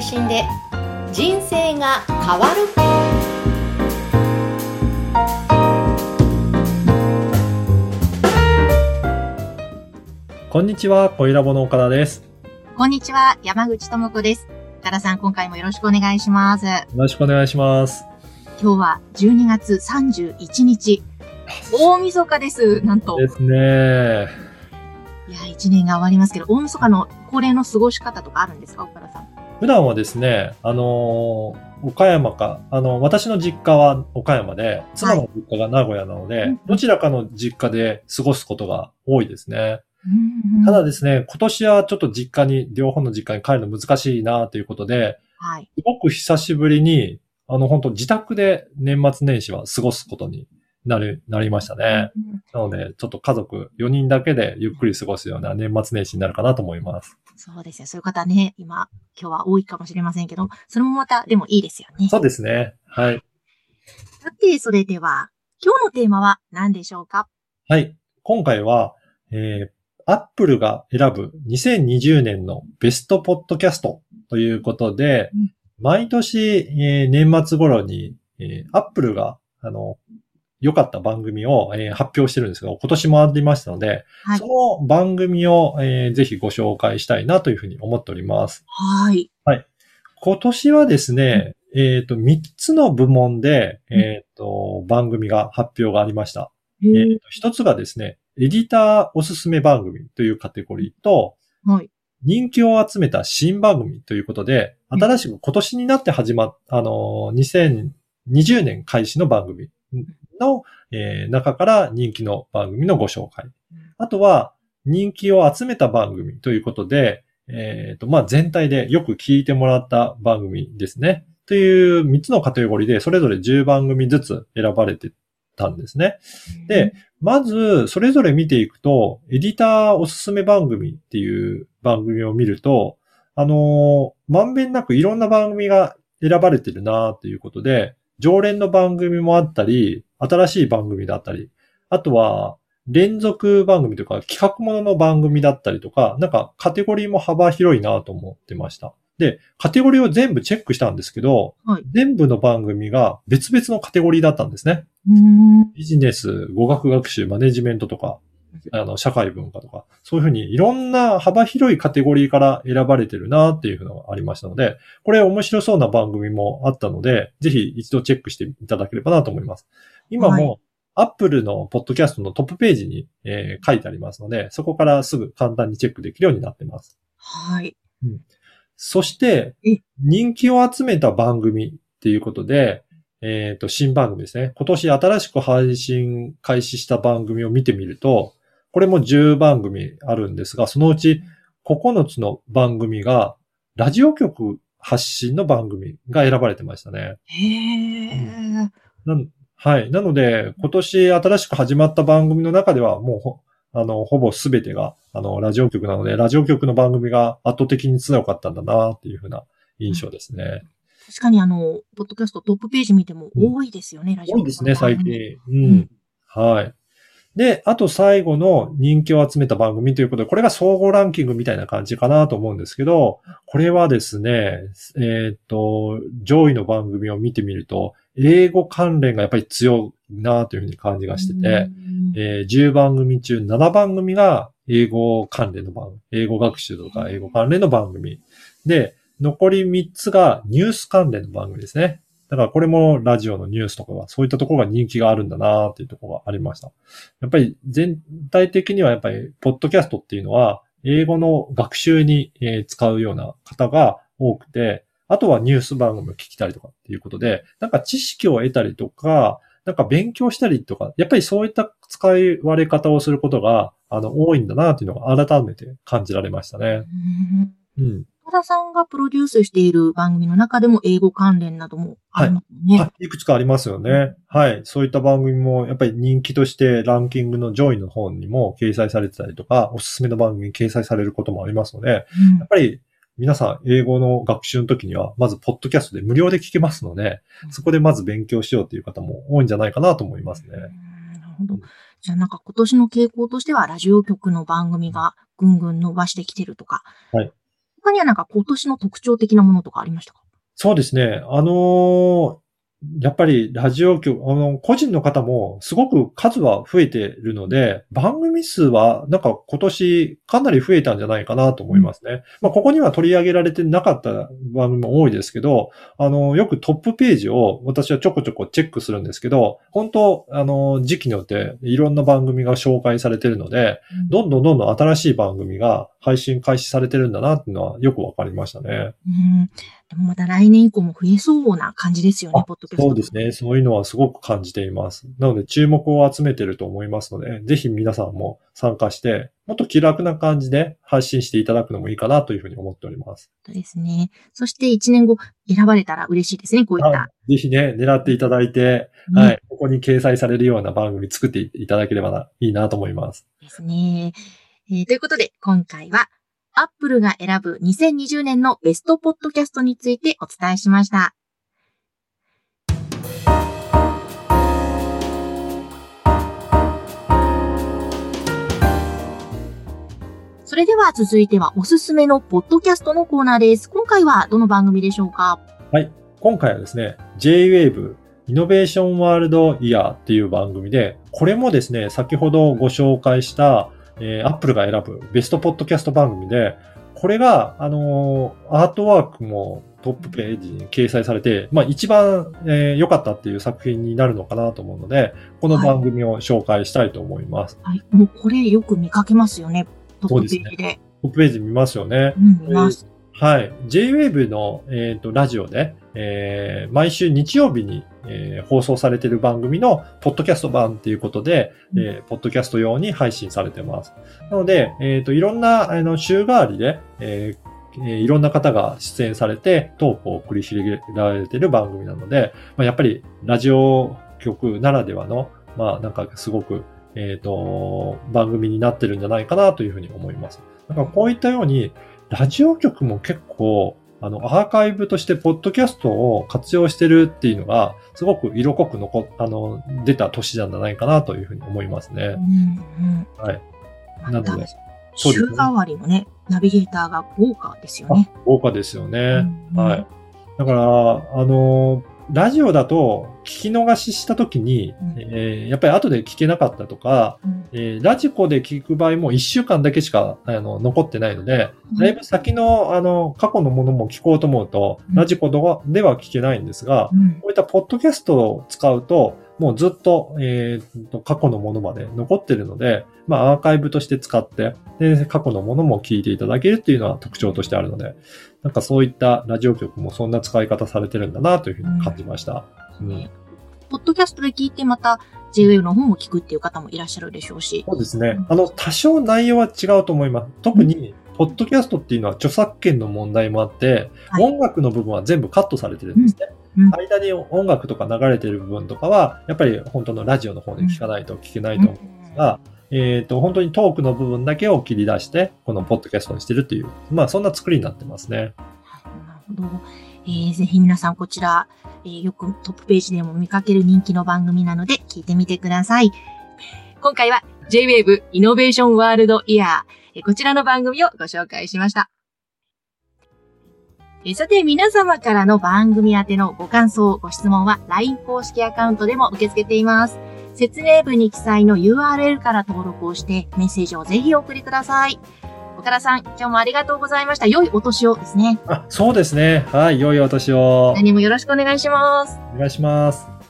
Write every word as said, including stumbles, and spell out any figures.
信で人生が変わる。 こんにちは、恋ラボの岡田です。 こんにちは、山口智子です。岡田さん、今回もよろしくお願いします。よろしくお願いします。 今日はじゅうにがつさんじゅういちにち、大晦日です。なんと。 ですね。 いや、いちねんが終わりますけど、大晦日の恒例の過ごし方とかあるんですか、岡田さん。 普段はですね、あのー、岡山か、あの、私の実家は岡山で、妻の実家が名古屋なので、はい、どちらかの実家で過ごすことが多いですね。 うんうん、 ただですね、今年はちょっと実家に、両方の実家に帰るの難しいなということで、 はい、 すごく久しぶりに、あの、本当自宅で年末年始は過ごすことになる、なりましたね。うん、なので、ちょっと家族よにんだけでゆっくり過ごすような年末年始になるかなと思います。 そうですよ。そういう方ね、今、今日は多いかもしれませんけど、それもまた、でもいいですよね。 そうですね。はい。 さて、それでは、今日のテーマは何でしょうか？ はい。今回は、えー、アップルが選ぶにせんにじゅうねんのベストポッドキャストということで、うん、毎年、えー、年末頃に、えー、アップルが、あの、良かった番組を、えー、発表してるんですけど、今年もありましたので、はい、その番組を、えー、ぜひご紹介したいなというふうに思っております。 はい。 はい。今年はですね、うん、えっと、みっつの部門で、えっと、番組が発表がありました。えー、と一つがですね、エディターおすすめ番組というカテゴリーと、 はい、 人気を集めた新番組ということで、新しく今年になって始まっ、あの、にせんにじゅうねん開始の番組の、えー、中から人気の番組のご紹介。あとは、人気を集めた番組ということで、えっと、まあ、全体でよく聞いてもらった番組ですね。というみっつのカテゴリーで、それぞれじゅうばんぐみずつ選ばれてたんですね。で、まず、それぞれ見ていくと、エディターおすすめ番組っていう番組を見ると、あのー、まんべんなくいろんな番組が選ばれてるなということで、常連の番組もあったり、新しい番組だったり、あとは、連続番組とか企画ものの番組だったりとか、なんかカテゴリーも幅広いなと思ってました。で、カテゴリーを全部チェックしたんですけど、はい、全部の番組が別々のカテゴリーだったんですね。 うんビジネス、語学学習、マネジメントとか、あの、社会文化とか、そういうふうにいろんな幅広いカテゴリーから選ばれてるなっていうのがありましたので、これ面白そうな番組もあったので、ぜひ一度チェックしていただければなと思います。今も、はいアップルのポッドキャストのトップページに、えー、書いてありますので、そこからすぐ簡単にチェックできるようになっています。 はい。 うん、そして、人気を集めた番組っていうことで、えっと、新番組ですね。今年新しく配信開始した番組を見てみると、これもじゅうばんぐみあるんですが、そのうちここのつの番組が、ラジオ局発信の番組が選ばれてましたね。 へー。 うんはい。なので、今年新しく始まった番組の中では、もうほ、あの、ほぼすべてが、あの、ラジオ局なので、ラジオ局の番組が圧倒的に強かったんだな、っていうふうな印象ですね。 確かにあの、ポッドキャストトップページ見ても多いですよね、うん、ラジオ局。 多いですね、最近。うん。うん、はい。で、あと最後の人気を集めた番組ということで、これが総合ランキングみたいな感じかなと思うんですけど、これはですね、えっと、上位の番組を見てみると、英語関連がやっぱり強いなというふうに感じがしてて、えー、じゅうばんぐみ中ななばんぐみが英語関連の番組、英語学習とか英語関連の番組。で、残りみっつがニュース関連の番組ですね。だからこれもラジオのニュースとかが、そういったところが人気があるんだなっていうところがありました。やっぱり全体的にはやっぱり、ポッドキャストっていうのは、英語の学習に使うような方が多くて、あとはニュース番組を聞きたりとかっていうことで、なんか知識を得たりとか、なんか勉強したりとか、やっぱりそういった使い割れ方をすることが、あの、多いんだなっていうのが改めて感じられましたね。 うん。うん岡田さんがプロデュースしている番組の中でも英語関連などもありますね。 はい。いくつかありますよね。はい。そういった番組もやっぱり人気としてランキングの上位の方にも掲載されてたりとか、おすすめの番組に掲載されることもありますので、うん、やっぱり皆さん英語の学習の時には、まずポッドキャストで無料で聞けますので、うん、そこでまず勉強しようという方も多いんじゃないかなと思いますね。うん、なるほど。じゃあなんか今年の傾向としてはラジオ局の番組がぐんぐん伸ばしてきてるとか。 はい。 他にはなんか今年の特徴的なものとかありましたか？ そうですね。あのーやっぱりラジオ局、あの、個人の方もすごく数は増えているので、番組数はなんか今年かなり増えたんじゃないかなと思いますね。うん、まあ、ここには取り上げられてなかった番組も多いですけど、あの、よくトップページを私はちょこちょこチェックするんですけど、本当、あの、時期によっていろんな番組が紹介されているので、うん、どんどんどんどん新しい番組が配信開始されてるんだなっていうのはよくわかりましたね。 うんでもまた来年以降も増えそうな感じですよね、ポッドキャスト。 そうですね。そういうのはすごく感じています。なので注目を集めていると思いますので、ぜひ皆さんも参加して、もっと気楽な感じで発信していただくのもいいかなというふうに思っております。 そうですね。そしていちねんご選ばれたら嬉しいですね、こういった。 ぜひね、狙っていただいて、ね、はい、ここに掲載されるような番組作っていただければいいなと思います。 ですね。えー、ということで、今回は、アップルが選ぶにせんにじゅうねんのベストポッドキャストについてお伝えしました。それでは続いてはおすすめのポッドキャストのコーナーです。今回はどの番組でしょうか？ はい。今回はですね、ジェイウェーブ イノベーションワールドイヤーっていう番組で、これもですね、先ほどご紹介したえー、Apple が選ぶベストポッドキャスト番組で、これが、あのー、アートワークもトップページに掲載されて、まあ一番良、えー、かったっていう作品になるのかなと思うので、この番組を紹介したいと思います。 はい。はい、もうこれよく見かけますよね。トップページで。 ね、トップページ見ますよね。 うん、見ます。 はい。ジェイウェーブ の、えーと、ラジオで、えー、毎週日曜日に、えー、放送されている番組のポッドキャスト版っていうことで、うん、えー、ポッドキャスト用に配信されてます。なので、えーと、いろんな、あの、週替わりで、えーえー、いろんな方が出演されてトークを繰り広げられている番組なので、まあ、やっぱりラジオ局ならではの、まあ、なんかすごく、えーと、番組になってるんじゃないかなというふうに思います。だからこういったように、ラジオ局も結構、あの、アーカイブとしてポッドキャストを活用してるっていうのが、すごく色濃く残あの、出た年なんじゃないかなというふうに思いますね。うんうん、はい。なので、 週替わりのね、ナビゲーターが豪華ですよね。 豪華ですよね。うんうん、はい。だから、あの、ラジオだと聞き逃ししたときに、うんえー、やっぱり後で聞けなかったとか、うんえー、ラジコで聞く場合もいっしゅうかんだけしかあの残ってないので、うん、だいぶ先のあの過去のものも聞こうと思うと、うん、ラジコでは聞けないんですが、うん、こういったポッドキャストを使うと、もうずっと、えー、過去のものまで残ってるので、まあアーカイブとして使って、で、過去のものも聞いていただけるっていうのは特徴としてあるので、なんかそういったラジオ局もそんな使い方されてるんだなというふうに感じました。うんうん、 ポッドキャストで聞いてまた ジェイウェーブ の方も聞くっていう方もいらっしゃるでしょうし。 そうですね。あの、多少内容は違うと思います。特に、ポッドキャストっていうのは著作権の問題もあって、はい、音楽の部分は全部カットされてるんですね。うんうん、間に音楽とか流れてる部分とかは、やっぱり本当のラジオの方で聞かないと聞けないと思うんですが、うんうん、えっと、本当にトークの部分だけを切り出して、このポッドキャストにしてるっていう、まあそんな作りになってますね。 なるほど。えー、ぜひ皆さんこちら、えー、よくトップページでも見かける人気の番組なので聞いてみてください。今回は ジェイウェーブ イノベーションワールドイヤー、えー、こちらの番組をご紹介しました。えー、さて皆様からの番組宛てのご感想、ご質問は ライン 公式アカウントでも受け付けています。説明文に記載の ユーアールエル から登録をしてメッセージをぜひお送りください。岡田さん、今日もありがとうございました。良いお年をですね。 あ、そうですね。はい、良いお年を。 何もよろしくお願いします。 お願いします。